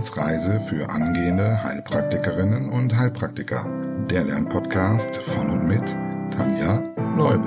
Wissensreise für angehende Heilpraktikerinnen und Heilpraktiker. Der Lernpodcast von und mit Tanja Leubel.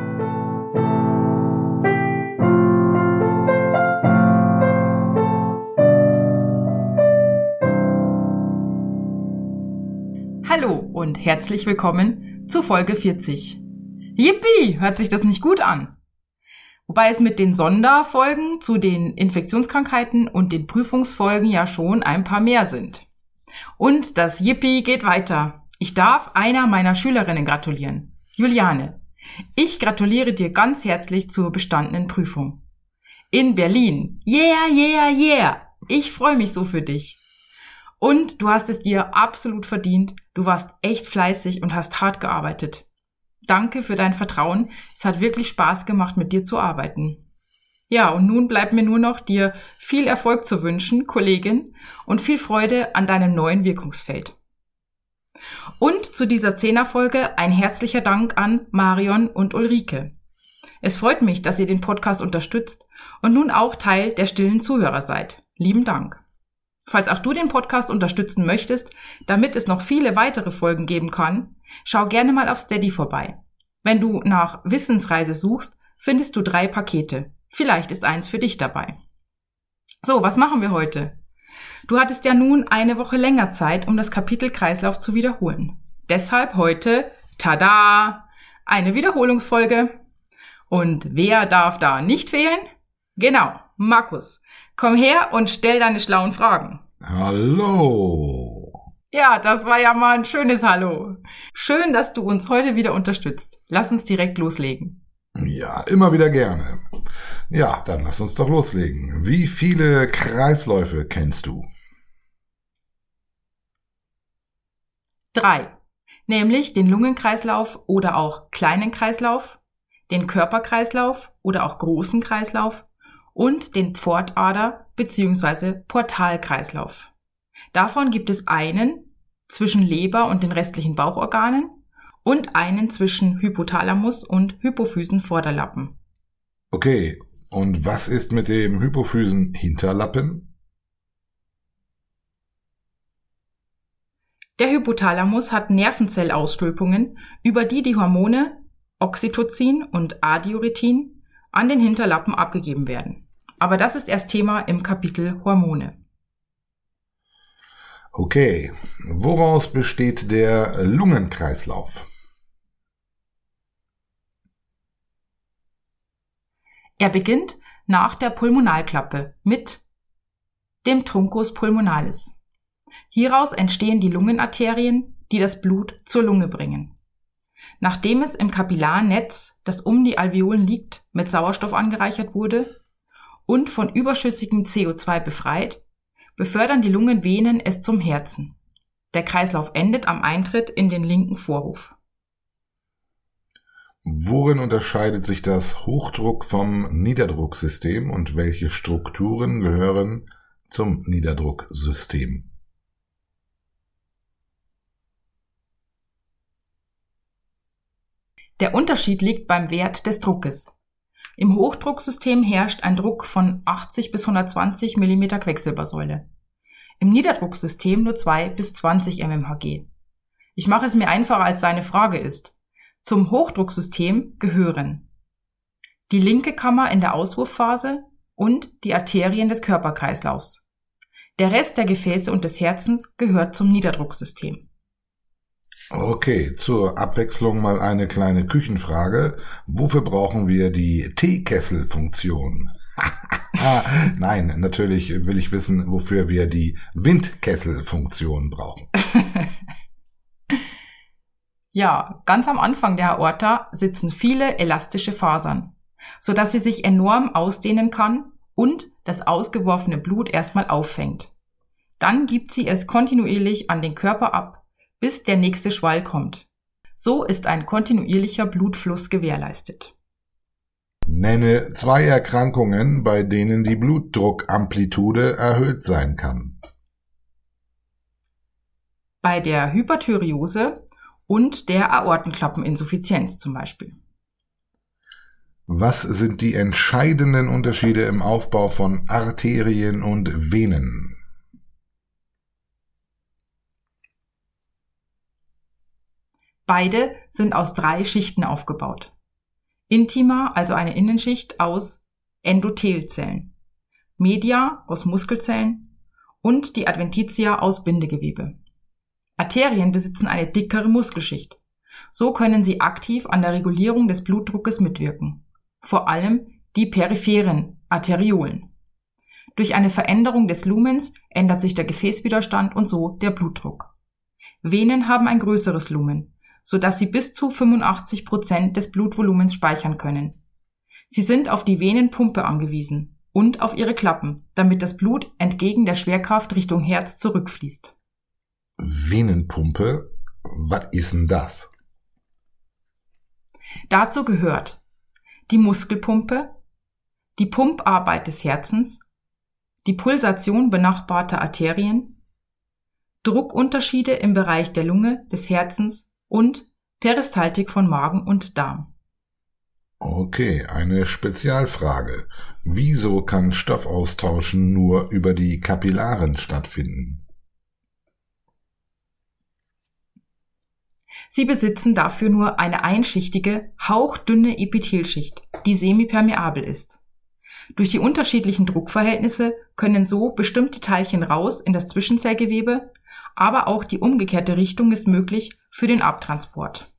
Hallo und herzlich willkommen zu Folge 40. Yippie, hört sich das nicht gut an? Wobei es mit den Sonderfolgen zu den Infektionskrankheiten und den Prüfungsfolgen ja schon ein paar mehr sind. Und das Yippie geht weiter. Ich darf einer meiner Schülerinnen gratulieren. Juliane, ich gratuliere dir ganz herzlich zur bestandenen Prüfung. In Berlin. Yeah, yeah, yeah. Ich freue mich so für dich. Und du hast es dir absolut verdient. Du warst echt fleißig und hast hart gearbeitet. Danke für dein Vertrauen. Es hat wirklich Spaß gemacht, mit dir zu arbeiten. Ja, und nun bleibt mir nur noch, dir viel Erfolg zu wünschen, Kollegin, und viel Freude an deinem neuen Wirkungsfeld. Und zu dieser 10er-Folge ein herzlicher Dank an Marion und Ulrike. Es freut mich, dass ihr den Podcast unterstützt und nun auch Teil der stillen Zuhörer seid. Lieben Dank. Falls auch du den Podcast unterstützen möchtest, damit es noch viele weitere Folgen geben kann, schau gerne mal auf Steady vorbei. Wenn du nach Wissensreise suchst, findest du 3 Pakete. Vielleicht ist eins für dich dabei. So, was machen wir heute? Du hattest ja nun eine Woche länger Zeit, um das Kapitel Kreislauf zu wiederholen. Deshalb heute, tada, eine Wiederholungsfolge. Und wer darf da nicht fehlen? Genau, Markus. Komm her und stell deine schlauen Fragen. Hallo. Ja, das war ja mal ein schönes Hallo. Schön, dass du uns heute wieder unterstützt. Lass uns direkt loslegen. Ja, immer wieder gerne. Ja, dann lass uns doch loslegen. Wie viele Kreisläufe kennst du? 3. Nämlich den Lungenkreislauf oder auch kleinen Kreislauf, den Körperkreislauf oder auch großen Kreislauf und den Pfortader- bzw. Portalkreislauf. Davon gibt es einen zwischen Leber und den restlichen Bauchorganen und einen zwischen Hypothalamus und Hypophysen-Vorderlappen. Okay, und was ist mit dem Hypophysen-Hinterlappen? Der Hypothalamus hat Nervenzellausstülpungen, über die die Hormone Oxytocin und Adiuretin an den Hinterlappen abgegeben werden. Aber das ist erst Thema im Kapitel Hormone. Okay, woraus besteht der Lungenkreislauf? Er beginnt nach der Pulmonalklappe mit dem Truncus pulmonalis. Hieraus entstehen die Lungenarterien, die das Blut zur Lunge bringen. Nachdem es im Kapillarnetz, das um die Alveolen liegt, mit Sauerstoff angereichert wurde und von überschüssigem CO2 befreit, befördern die Lungenvenen es zum Herzen. Der Kreislauf endet am Eintritt in den linken Vorhof. Worin unterscheidet sich das Hochdruck vom Niederdrucksystem und welche Strukturen gehören zum Niederdrucksystem? Der Unterschied liegt beim Wert des Druckes. Im Hochdrucksystem herrscht ein Druck von 80 bis 120 mm Quecksilbersäule. Im Niederdrucksystem nur 2 bis 20 mmHg. Ich mache es mir einfacher, als deine Frage ist. Zum Hochdrucksystem gehören die linke Kammer in der Auswurfphase und die Arterien des Körperkreislaufs. Der Rest der Gefäße und des Herzens gehört zum Niederdrucksystem. Okay, zur Abwechslung mal eine kleine Küchenfrage. Wofür brauchen wir die Teekesselfunktion? Nein, natürlich will ich wissen, wofür wir die Windkesselfunktion brauchen. Ja, ganz am Anfang der Aorta sitzen viele elastische Fasern, sodass sie sich enorm ausdehnen kann und das ausgeworfene Blut erstmal auffängt. Dann gibt sie es kontinuierlich an den Körper ab, bis der nächste Schwall kommt. So ist ein kontinuierlicher Blutfluss gewährleistet. Nenne 2 Erkrankungen, bei denen die Blutdruckamplitude erhöht sein kann. Bei der Hyperthyreose und der Aortenklappeninsuffizienz zum Beispiel. Was sind die entscheidenden Unterschiede im Aufbau von Arterien und Venen? Beide sind aus 3 Schichten aufgebaut. Intima, also eine Innenschicht aus Endothelzellen, Media aus Muskelzellen und die Adventitia aus Bindegewebe. Arterien besitzen eine dickere Muskelschicht. So können sie aktiv an der Regulierung des Blutdruckes mitwirken, vor allem die peripheren Arteriolen. Durch eine Veränderung des Lumens ändert sich der Gefäßwiderstand und so der Blutdruck. Venen haben ein größeres Lumen, sodass sie bis zu 85% des Blutvolumens speichern können. Sie sind auf die Venenpumpe angewiesen und auf ihre Klappen, damit das Blut entgegen der Schwerkraft Richtung Herz zurückfließt. Venenpumpe? Was ist denn das? Dazu gehört die Muskelpumpe, die Pumparbeit des Herzens, die Pulsation benachbarter Arterien, Druckunterschiede im Bereich der Lunge, des Herzens und Peristaltik von Magen und Darm. Okay, eine Spezialfrage. Wieso kann Stoffaustauschen nur über die Kapillaren stattfinden? Sie besitzen dafür nur eine einschichtige, hauchdünne Epithelschicht, die semipermeabel ist. Durch die unterschiedlichen Druckverhältnisse können so bestimmte Teilchen raus in das Zwischenzellgewebe, aber auch die umgekehrte Richtung ist möglich für den Abtransport.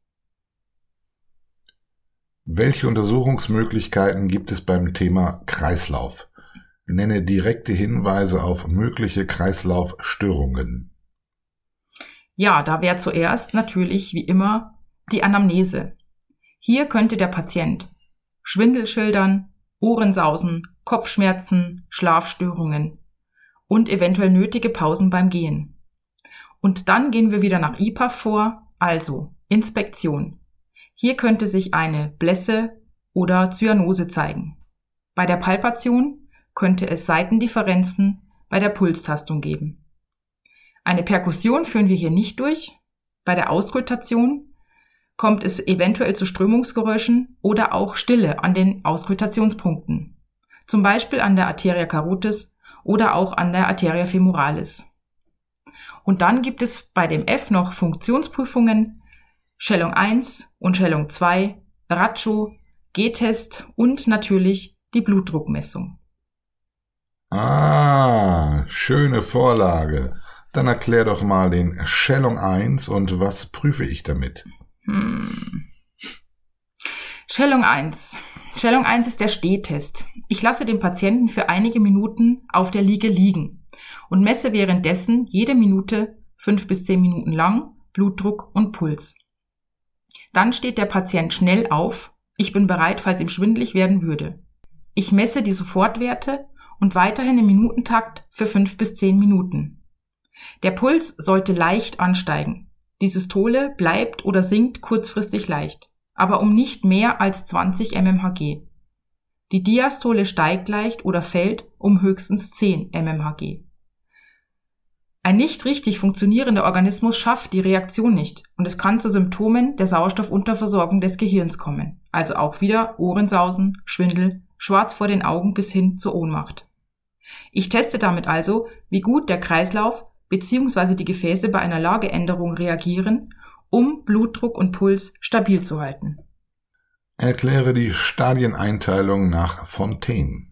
Welche Untersuchungsmöglichkeiten gibt es beim Thema Kreislauf? Nenne direkte Hinweise auf mögliche Kreislaufstörungen. Ja, da wäre zuerst natürlich wie immer die Anamnese. Hier könnte der Patient Schwindel schildern, Ohrensausen, Kopfschmerzen, Schlafstörungen und eventuell nötige Pausen beim Gehen. Und dann gehen wir wieder nach IPAF vor, also Inspektion. Hier könnte sich eine Blässe oder Zyanose zeigen. Bei der Palpation könnte es Seitendifferenzen bei der Pulstastung geben. Eine Perkussion führen wir hier nicht durch. Bei der Auskultation kommt es eventuell zu Strömungsgeräuschen oder auch Stille an den Auskultationspunkten. Zum Beispiel an der Arteria carotis oder auch an der Arteria femoralis. Und dann gibt es bei dem F noch Funktionsprüfungen, Schellung 1 und Schellung 2, Racho, G-Test und natürlich die Blutdruckmessung. Ah, schöne Vorlage. Dann erklär doch mal den Schellung 1 und was prüfe ich damit? Schellung 1. Schellung 1 ist der Stehtest. Ich lasse den Patienten für einige Minuten auf der Liege liegen und messe währenddessen jede Minute 5 bis 10 Minuten lang Blutdruck und Puls. Dann steht der Patient schnell auf. Ich bin bereit, falls ihm schwindelig werden würde. Ich messe die Sofortwerte und weiterhin im Minutentakt für 5 bis 10 Minuten. Der Puls sollte leicht ansteigen. Die Systole bleibt oder sinkt kurzfristig leicht, aber um nicht mehr als 20 mmHg. Die Diastole steigt leicht oder fällt um höchstens 10 mmHg. Ein nicht richtig funktionierender Organismus schafft die Reaktion nicht und es kann zu Symptomen der Sauerstoffunterversorgung des Gehirns kommen, also auch wieder Ohrensausen, Schwindel, schwarz vor den Augen bis hin zur Ohnmacht. Ich teste damit also, wie gut der Kreislauf bzw. die Gefäße bei einer Lageänderung reagieren, um Blutdruck und Puls stabil zu halten. Erkläre die Stadieneinteilung nach Fontaine.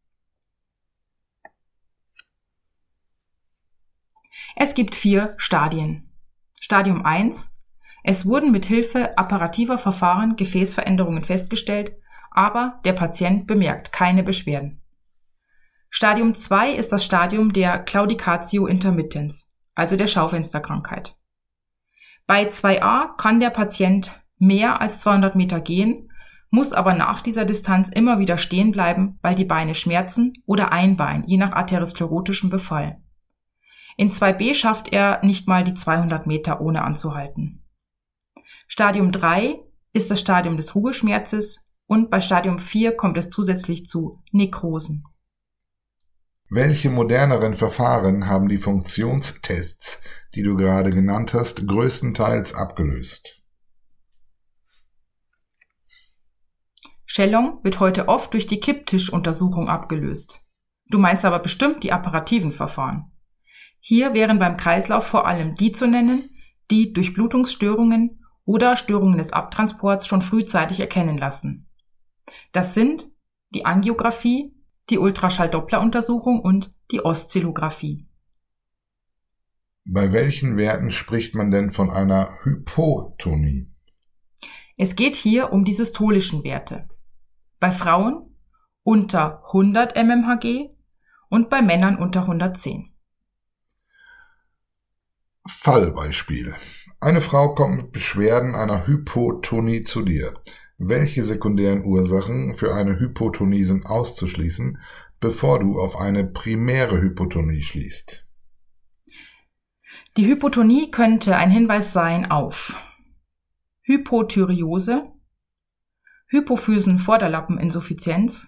Es gibt 4 Stadien. Stadium 1. Es wurden mit Hilfe apparativer Verfahren Gefäßveränderungen festgestellt, aber der Patient bemerkt keine Beschwerden. Stadium 2 ist das Stadium der Claudicatio intermittens, also der Schaufensterkrankheit. Bei 2a kann der Patient mehr als 200 Meter gehen, muss aber nach dieser Distanz immer wieder stehen bleiben, weil die Beine schmerzen oder ein Bein, je nach arteriosklerotischem Befall. In 2b schafft er nicht mal die 200 Meter ohne anzuhalten. Stadium 3 ist das Stadium des Ruheschmerzes und bei Stadium 4 kommt es zusätzlich zu Nekrosen. Welche moderneren Verfahren haben die Funktionstests, die du gerade genannt hast, größtenteils abgelöst? Schellung wird heute oft durch die Kipptischuntersuchung abgelöst. Du meinst aber bestimmt die apparativen Verfahren. Hier wären beim Kreislauf vor allem die zu nennen, die Durchblutungsstörungen oder Störungen des Abtransports schon frühzeitig erkennen lassen. Das sind die Angiografie, die Ultraschall-Doppler-Untersuchung und die Oszillographie. Bei welchen Werten spricht man denn von einer Hypotonie? Es geht hier um die systolischen Werte. Bei Frauen unter 100 mmHg und bei Männern unter 110. Fallbeispiel. Eine Frau kommt mit Beschwerden einer Hypotonie zu dir. Welche sekundären Ursachen für eine Hypotonie sind auszuschließen, bevor du auf eine primäre Hypotonie schließt? Die Hypotonie könnte ein Hinweis sein auf Hypothyreose, Hypophysen-Vorderlappeninsuffizienz,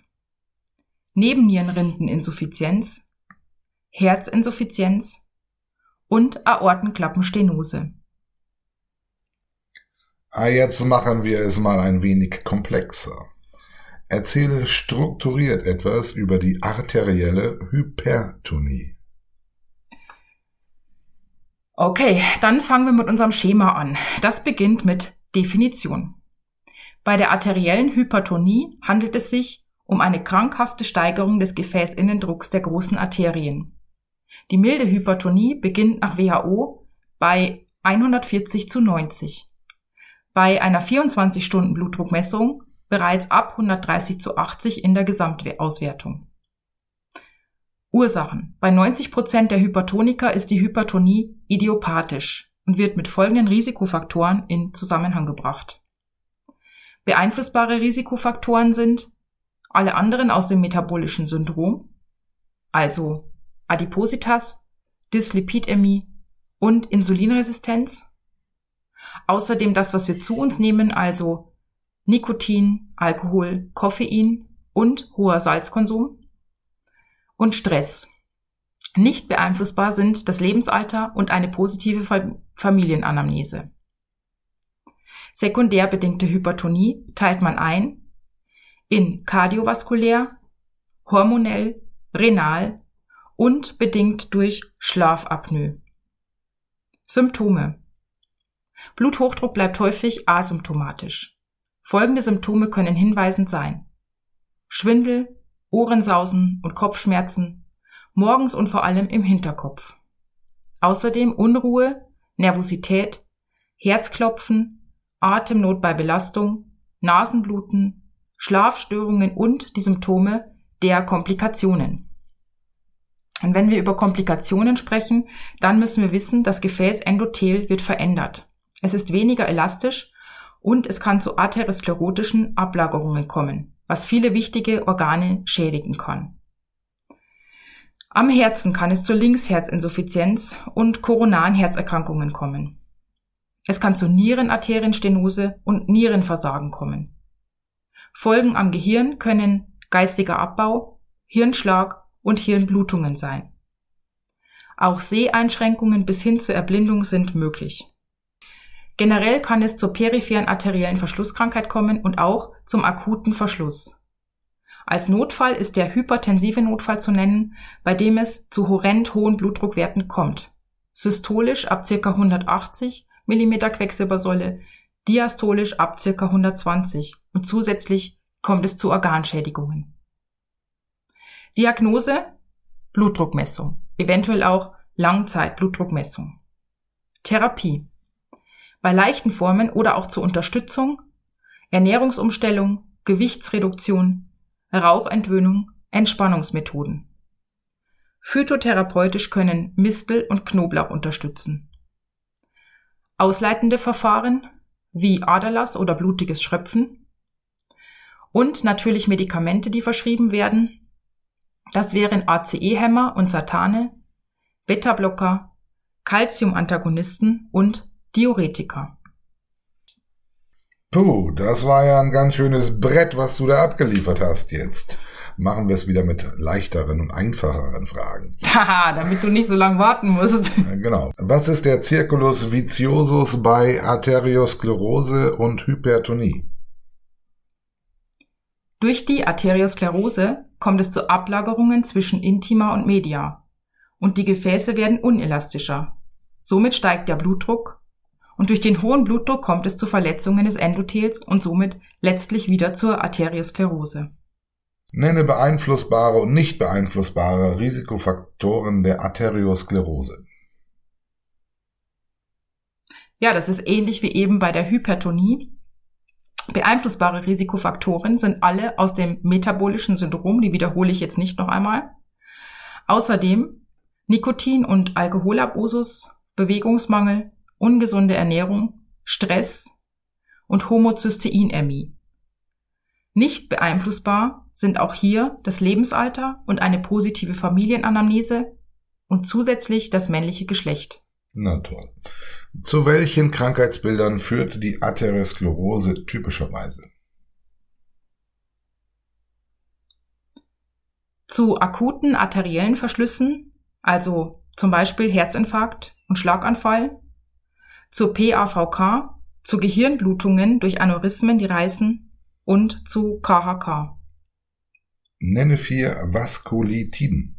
Nebennierenrindeninsuffizienz, Herzinsuffizienz und Aortenklappenstenose. Jetzt machen wir es mal ein wenig komplexer. Erzähle strukturiert etwas über die arterielle Hypertonie. Okay, dann fangen wir mit unserem Schema an. Das beginnt mit Definition. Bei der arteriellen Hypertonie handelt es sich um eine krankhafte Steigerung des Gefäßinnendrucks der großen Arterien. Die milde Hypertonie beginnt nach WHO bei 140/90. Bei einer 24-Stunden-Blutdruckmessung bereits ab 130/80 in der Gesamtauswertung. Ursachen. Bei 90% der Hypertoniker ist die Hypertonie idiopathisch und wird mit folgenden Risikofaktoren in Zusammenhang gebracht. Beeinflussbare Risikofaktoren sind alle anderen aus dem metabolischen Syndrom, also Adipositas, Dyslipidämie und Insulinresistenz. Außerdem das, was wir zu uns nehmen, also Nikotin, Alkohol, Koffein und hoher Salzkonsum. Und Stress. Nicht beeinflussbar sind das Lebensalter und eine positive Familienanamnese. Sekundär bedingte Hypertonie teilt man ein in kardiovaskulär, hormonell, renal und bedingt durch Schlafapnoe. Symptome. Bluthochdruck bleibt häufig asymptomatisch. Folgende Symptome können hinweisend sein: Schwindel, Ohrensausen und Kopfschmerzen, morgens und vor allem im Hinterkopf. Außerdem Unruhe, Nervosität, Herzklopfen, Atemnot bei Belastung, Nasenbluten, Schlafstörungen und die Symptome der Komplikationen. Und wenn wir über Komplikationen sprechen, dann müssen wir wissen, das Gefäßendothel wird verändert. Es ist weniger elastisch und es kann zu arteriosklerotischen Ablagerungen kommen, was viele wichtige Organe schädigen kann. Am Herzen kann es zur Linksherzinsuffizienz und koronaren Herzerkrankungen kommen. Es kann zu Nierenarterienstenose und Nierenversagen kommen. Folgen am Gehirn können geistiger Abbau, Hirnschlag und Hirnblutungen sein. Auch Seheinschränkungen bis hin zur Erblindung sind möglich. Generell kann es zur peripheren arteriellen Verschlusskrankheit kommen und auch zum akuten Verschluss. Als Notfall ist der hypertensive Notfall zu nennen, bei dem es zu horrend hohen Blutdruckwerten kommt. Systolisch ab ca. 180 mm Quecksilbersäule, diastolisch ab ca. 120 und zusätzlich kommt es zu Organschädigungen. Diagnose: Blutdruckmessung, eventuell auch Langzeitblutdruckmessung. Therapie: Bei leichten Formen oder auch zur Unterstützung Ernährungsumstellung, Gewichtsreduktion, Rauchentwöhnung, Entspannungsmethoden. Phytotherapeutisch können Mistel und Knoblauch unterstützen. Ausleitende Verfahren wie Aderlass oder blutiges Schröpfen und natürlich Medikamente, die verschrieben werden. Das wären ACE-Hämmer und Satane, Beta-Blocker, Calcium-Antagonisten und Diuretika. Puh, das war ja ein ganz schönes Brett, was du da abgeliefert hast jetzt. Machen wir es wieder mit leichteren und einfacheren Fragen. Haha, damit du nicht so lange warten musst. Genau. Was ist der Circulus viciosus bei Arteriosklerose und Hypertonie? Durch die Arteriosklerose kommt es zu Ablagerungen zwischen Intima und Media und die Gefäße werden unelastischer. Somit steigt der Blutdruck und durch den hohen Blutdruck kommt es zu Verletzungen des Endothels und somit letztlich wieder zur Arteriosklerose. Nenne beeinflussbare und nicht beeinflussbare Risikofaktoren der Arteriosklerose. Ja, das ist ähnlich wie eben bei der Hypertonie. Beeinflussbare Risikofaktoren sind alle aus dem metabolischen Syndrom, die wiederhole ich jetzt nicht noch einmal. Außerdem Nikotin- und Alkoholabusus, Bewegungsmangel, ungesunde Ernährung, Stress und Homozysteinämie. Nicht beeinflussbar sind auch hier das Lebensalter und eine positive Familienanamnese und zusätzlich das männliche Geschlecht. Na toll. Zu welchen Krankheitsbildern führt die Arteriosklerose typischerweise? Zu akuten arteriellen Verschlüssen, also zum Beispiel Herzinfarkt und Schlaganfall, zur PAVK, zu Gehirnblutungen durch Aneurysmen, die reißen, und zu KHK. Nenne 4 Vaskulitiden.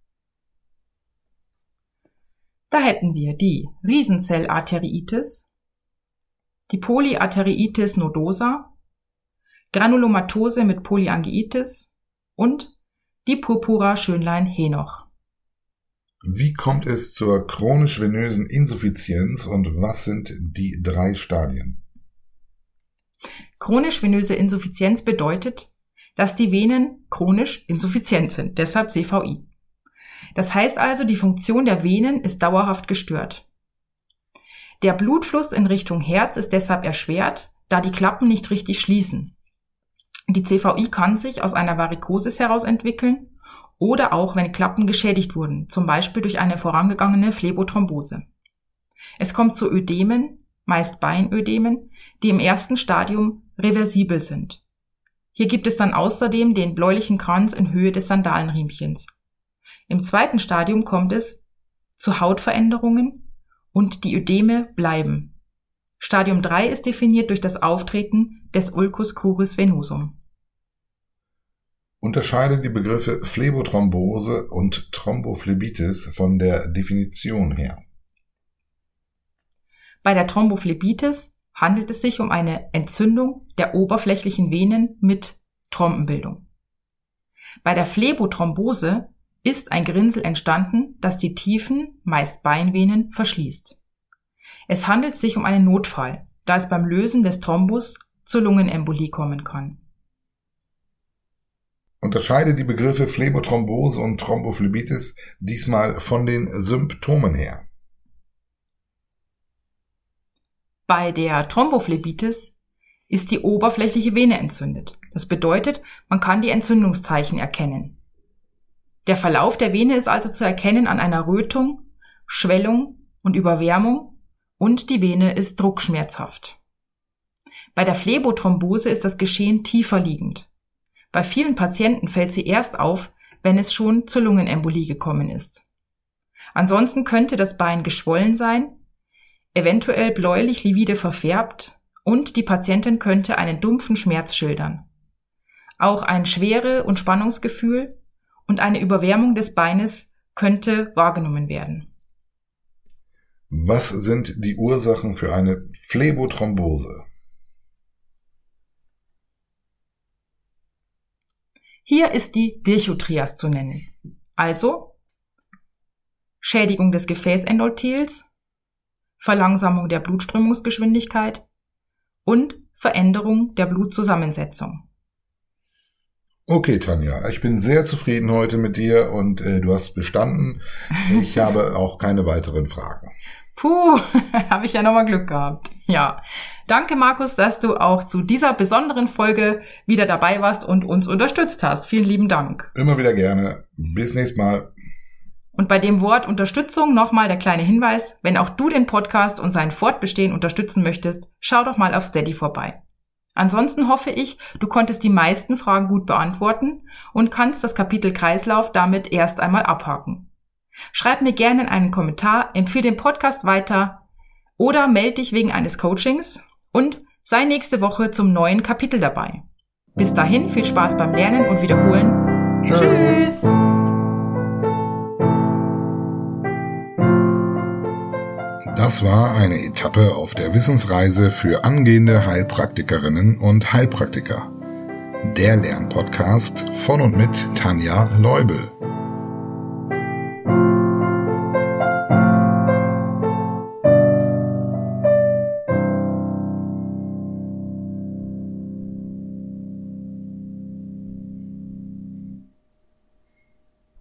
Da hätten wir die Riesenzellarteriitis, die Polyarteriitis nodosa, Granulomatose mit Polyangiitis und die Purpura Schönlein-Henoch. Wie kommt es zur chronisch-venösen Insuffizienz und was sind die 3 Stadien? Chronisch-venöse Insuffizienz bedeutet, dass die Venen chronisch insuffizient sind, deshalb CVI. Das heißt also, die Funktion der Venen ist dauerhaft gestört. Der Blutfluss in Richtung Herz ist deshalb erschwert, da die Klappen nicht richtig schließen. Die CVI kann sich aus einer Varikosis heraus entwickeln oder auch, wenn Klappen geschädigt wurden, zum Beispiel durch eine vorangegangene Phlebothrombose. Es kommt zu Ödemen, meist Beinödemen, die im ersten Stadium reversibel sind. Hier gibt es dann außerdem den bläulichen Kranz in Höhe des Sandalenriemchens. Im zweiten Stadium kommt es zu Hautveränderungen und die Ödeme bleiben. Stadium 3 ist definiert durch das Auftreten des Ulcus crurus venosum. Unterscheide die Begriffe Phlebothrombose und Thrombophlebitis von der Definition her. Bei der Thrombophlebitis handelt es sich um eine Entzündung der oberflächlichen Venen mit Thrombenbildung. Bei der Phlebothrombose ist ein Gerinnsel entstanden, das die tiefen, meist Beinvenen, verschließt. Es handelt sich um einen Notfall, da es beim Lösen des Thrombus zur Lungenembolie kommen kann. Unterscheide die Begriffe Phlebothrombose und Thrombophlebitis diesmal von den Symptomen her. Bei der Thrombophlebitis ist die oberflächliche Vene entzündet. Das bedeutet, man kann die Entzündungszeichen erkennen. Der Verlauf der Vene ist also zu erkennen an einer Rötung, Schwellung und Überwärmung und die Vene ist druckschmerzhaft. Bei der Phlebothrombose ist das Geschehen tiefer liegend. Bei vielen Patienten fällt sie erst auf, wenn es schon zur Lungenembolie gekommen ist. Ansonsten könnte das Bein geschwollen sein, eventuell bläulich livide verfärbt und die Patientin könnte einen dumpfen Schmerz schildern. Auch ein Schwere- und Spannungsgefühl und eine Überwärmung des Beines könnte wahrgenommen werden. Was sind die Ursachen für eine Phlebothrombose? Hier ist die Virchow-Trias zu nennen. Also Schädigung des Gefäßendothels, Verlangsamung der Blutströmungsgeschwindigkeit und Veränderung der Blutzusammensetzung. Okay, Tanja, ich bin sehr zufrieden heute mit dir und du hast bestanden. Ich habe auch keine weiteren Fragen. Puh, habe ich ja nochmal Glück gehabt. Ja, danke Markus, dass du auch zu dieser besonderen Folge wieder dabei warst und uns unterstützt hast. Vielen lieben Dank. Immer wieder gerne. Bis nächstes Mal. Und bei dem Wort Unterstützung nochmal der kleine Hinweis, wenn auch du den Podcast und sein Fortbestehen unterstützen möchtest, schau doch mal auf Steady vorbei. Ansonsten hoffe ich, du konntest die meisten Fragen gut beantworten und kannst das Kapitel Kreislauf damit erst einmal abhaken. Schreib mir gerne in einen Kommentar, empfehle den Podcast weiter oder melde dich wegen eines Coachings und sei nächste Woche zum neuen Kapitel dabei. Bis dahin viel Spaß beim Lernen und Wiederholen. Tschüss! Das war eine Etappe auf der Wissensreise für angehende Heilpraktikerinnen und Heilpraktiker. Der Lernpodcast von und mit Tanja Leubel.